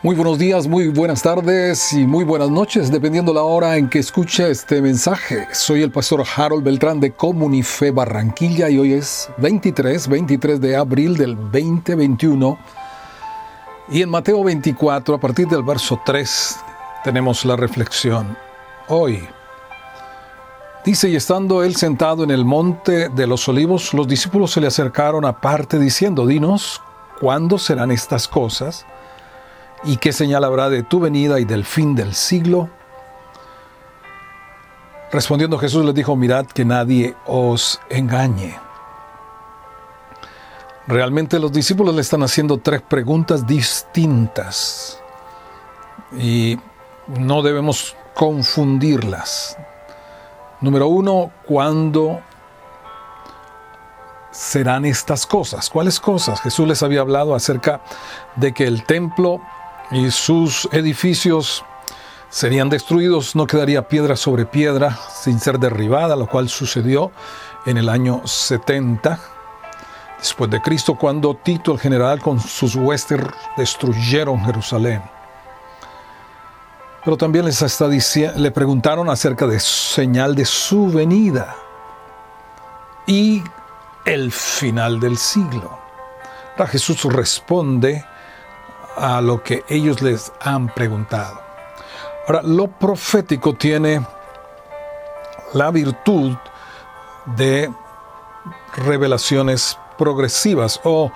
Muy buenos días, muy buenas tardes y muy buenas noches, dependiendo la hora en que escuche este mensaje. Soy el pastor Harold Beltrán de Comunife Barranquilla y hoy es 23 de abril del 2021. Y en Mateo 24, a partir del verso 3, tenemos la reflexión. Hoy, dice, y estando él sentado en el monte de los olivos, los discípulos se le acercaron aparte diciendo, dinos, ¿cuándo serán estas cosas? ¿Y qué señal habrá de tu venida y del fin del siglo? Respondiendo Jesús les dijo, mirad que nadie os engañe. Realmente los discípulos le están haciendo tres preguntas distintas y no debemos confundirlas. Número uno, ¿cuándo serán estas cosas? ¿Cuáles cosas? Jesús les había hablado acerca de que el templo y sus edificios serían destruidos, no quedaría piedra sobre piedra sin ser derribada, lo cual sucedió en el año 70 después de Cristo, cuando Tito el general con sus huestes destruyeron Jerusalén. Pero también le preguntaron acerca de señal de su venida y el final del siglo. Ahora Jesús responde a lo que ellos les han preguntado. Ahora, lo profético tiene la virtud de revelaciones progresivas o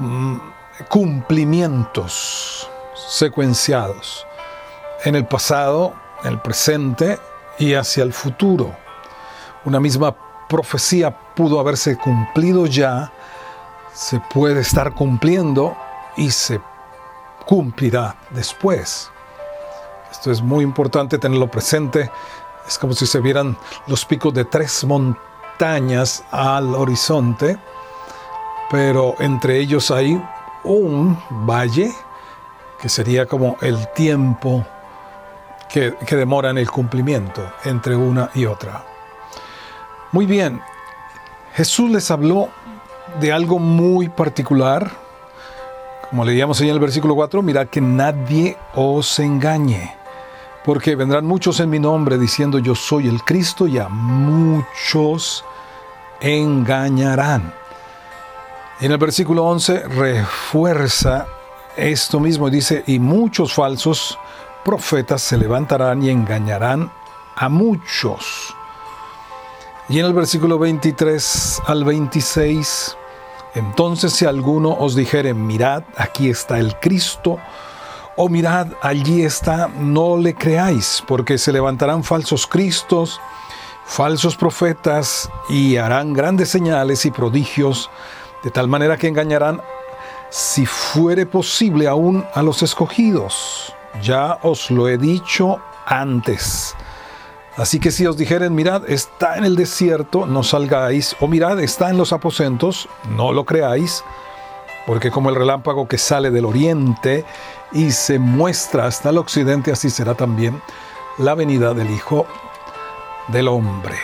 cumplimientos secuenciados en el pasado, en el presente y hacia el futuro. Una misma profecía pudo haberse cumplido ya, se puede estar cumpliendo y se cumplirá después. Esto es muy importante tenerlo presente. Es como si se vieran los picos de tres montañas al horizonte, pero entre ellos hay un valle que sería como el tiempo que demora en el cumplimiento entre una y otra. Muy bien, Jesús les habló de algo muy particular. Como leíamos en el versículo 4, mirad que nadie os engañe, porque vendrán muchos en mi nombre diciendo yo soy el Cristo y a muchos engañarán. Y en el versículo 11 refuerza esto mismo y dice, y muchos falsos profetas se levantarán y engañarán a muchos. Y en el versículo 23 al 26, entonces si alguno os dijere, mirad, aquí está el Cristo, o mirad, allí está, no le creáis, porque se levantarán falsos cristos, falsos profetas, y harán grandes señales y prodigios, de tal manera que engañarán, si fuere posible, aún a los escogidos. Ya os lo he dicho antes. Así que si os dijeren, mirad, está en el desierto, no salgáis, o mirad, está en los aposentos, no lo creáis, porque como el relámpago que sale del oriente y se muestra hasta el occidente, así será también la venida del Hijo del Hombre.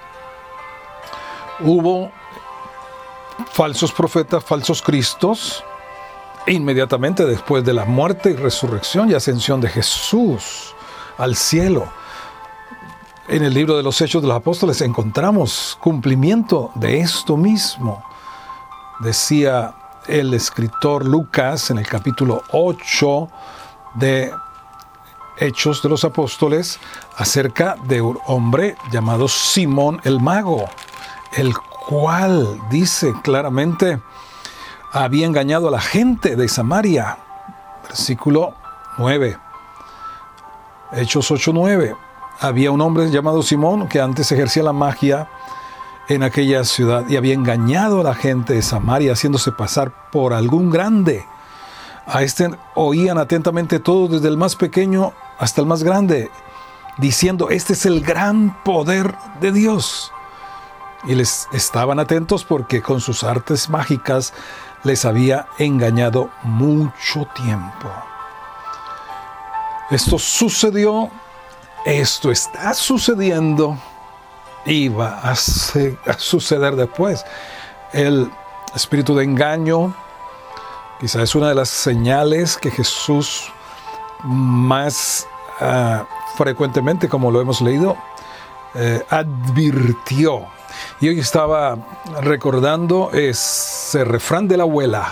Hubo falsos profetas, falsos cristos, inmediatamente después de la muerte y resurrección y ascensión de Jesús al cielo. En el libro de los Hechos de los Apóstoles encontramos cumplimiento de esto mismo. Decía el escritor Lucas en el capítulo 8 de Hechos de los Apóstoles acerca de un hombre llamado Simón el Mago, el cual dice claramente había engañado a la gente de Samaria. Versículo 9. Hechos 8:9. Había un hombre llamado Simón que antes ejercía la magia en aquella ciudad y había engañado a la gente de Samaria haciéndose pasar por algún grande. A este oían atentamente todos, desde el más pequeño hasta el más grande, diciendo, este es el gran poder de Dios. Y les estaban atentos porque con sus artes mágicas les había engañado mucho tiempo. Esto sucedió. Esto está sucediendo y va a suceder después. El espíritu de engaño quizás es una de las señales que Jesús más frecuentemente, como lo hemos leído, advirtió. Y hoy estaba recordando ese refrán de la abuela: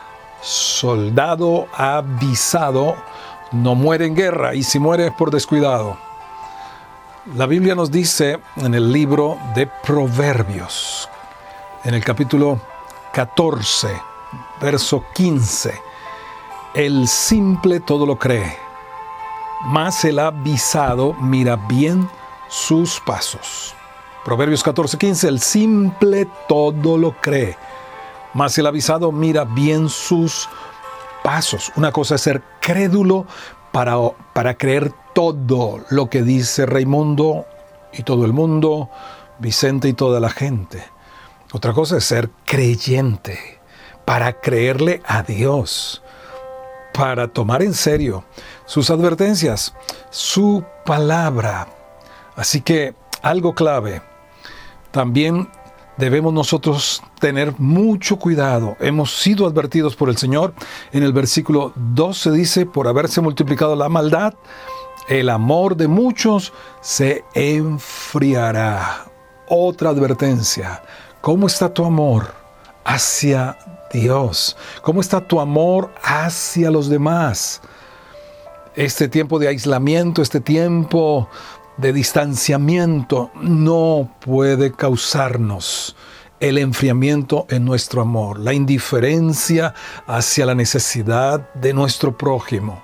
soldado avisado no muere en guerra, y si muere es por descuidado. La Biblia nos dice en el libro de Proverbios, en el capítulo 14, verso 15, el simple todo lo cree, mas el avisado mira bien sus pasos. Proverbios 14, 15, el simple todo lo cree, mas el avisado mira bien sus pasos. Una cosa es ser crédulo para creer todo lo que dice Raimundo y todo el mundo, Vicente y toda la gente. Otra cosa es ser creyente, para creerle a Dios, para tomar en serio sus advertencias, su palabra. Así que algo clave, también debemos nosotros tener mucho cuidado. Hemos sido advertidos por el Señor. En el versículo 12 dice: por haberse multiplicado la maldad, el amor de muchos se enfriará. Otra advertencia. ¿Cómo está tu amor hacia Dios? ¿Cómo está tu amor hacia los demás? Este tiempo de aislamiento, este tiempo de distanciamiento no puede causarnos el enfriamiento en nuestro amor, la indiferencia hacia la necesidad de nuestro prójimo.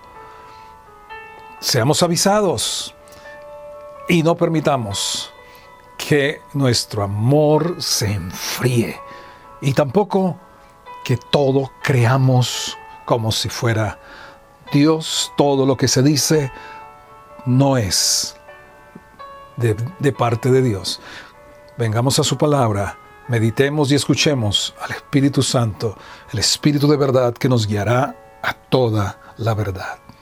Seamos avisados y no permitamos que nuestro amor se enfríe, y tampoco que todo creamos como si fuera Dios. Todo lo que se dice no es de parte de Dios. Vengamos a su palabra, meditemos y escuchemos al Espíritu Santo, el Espíritu de verdad que nos guiará a toda la verdad.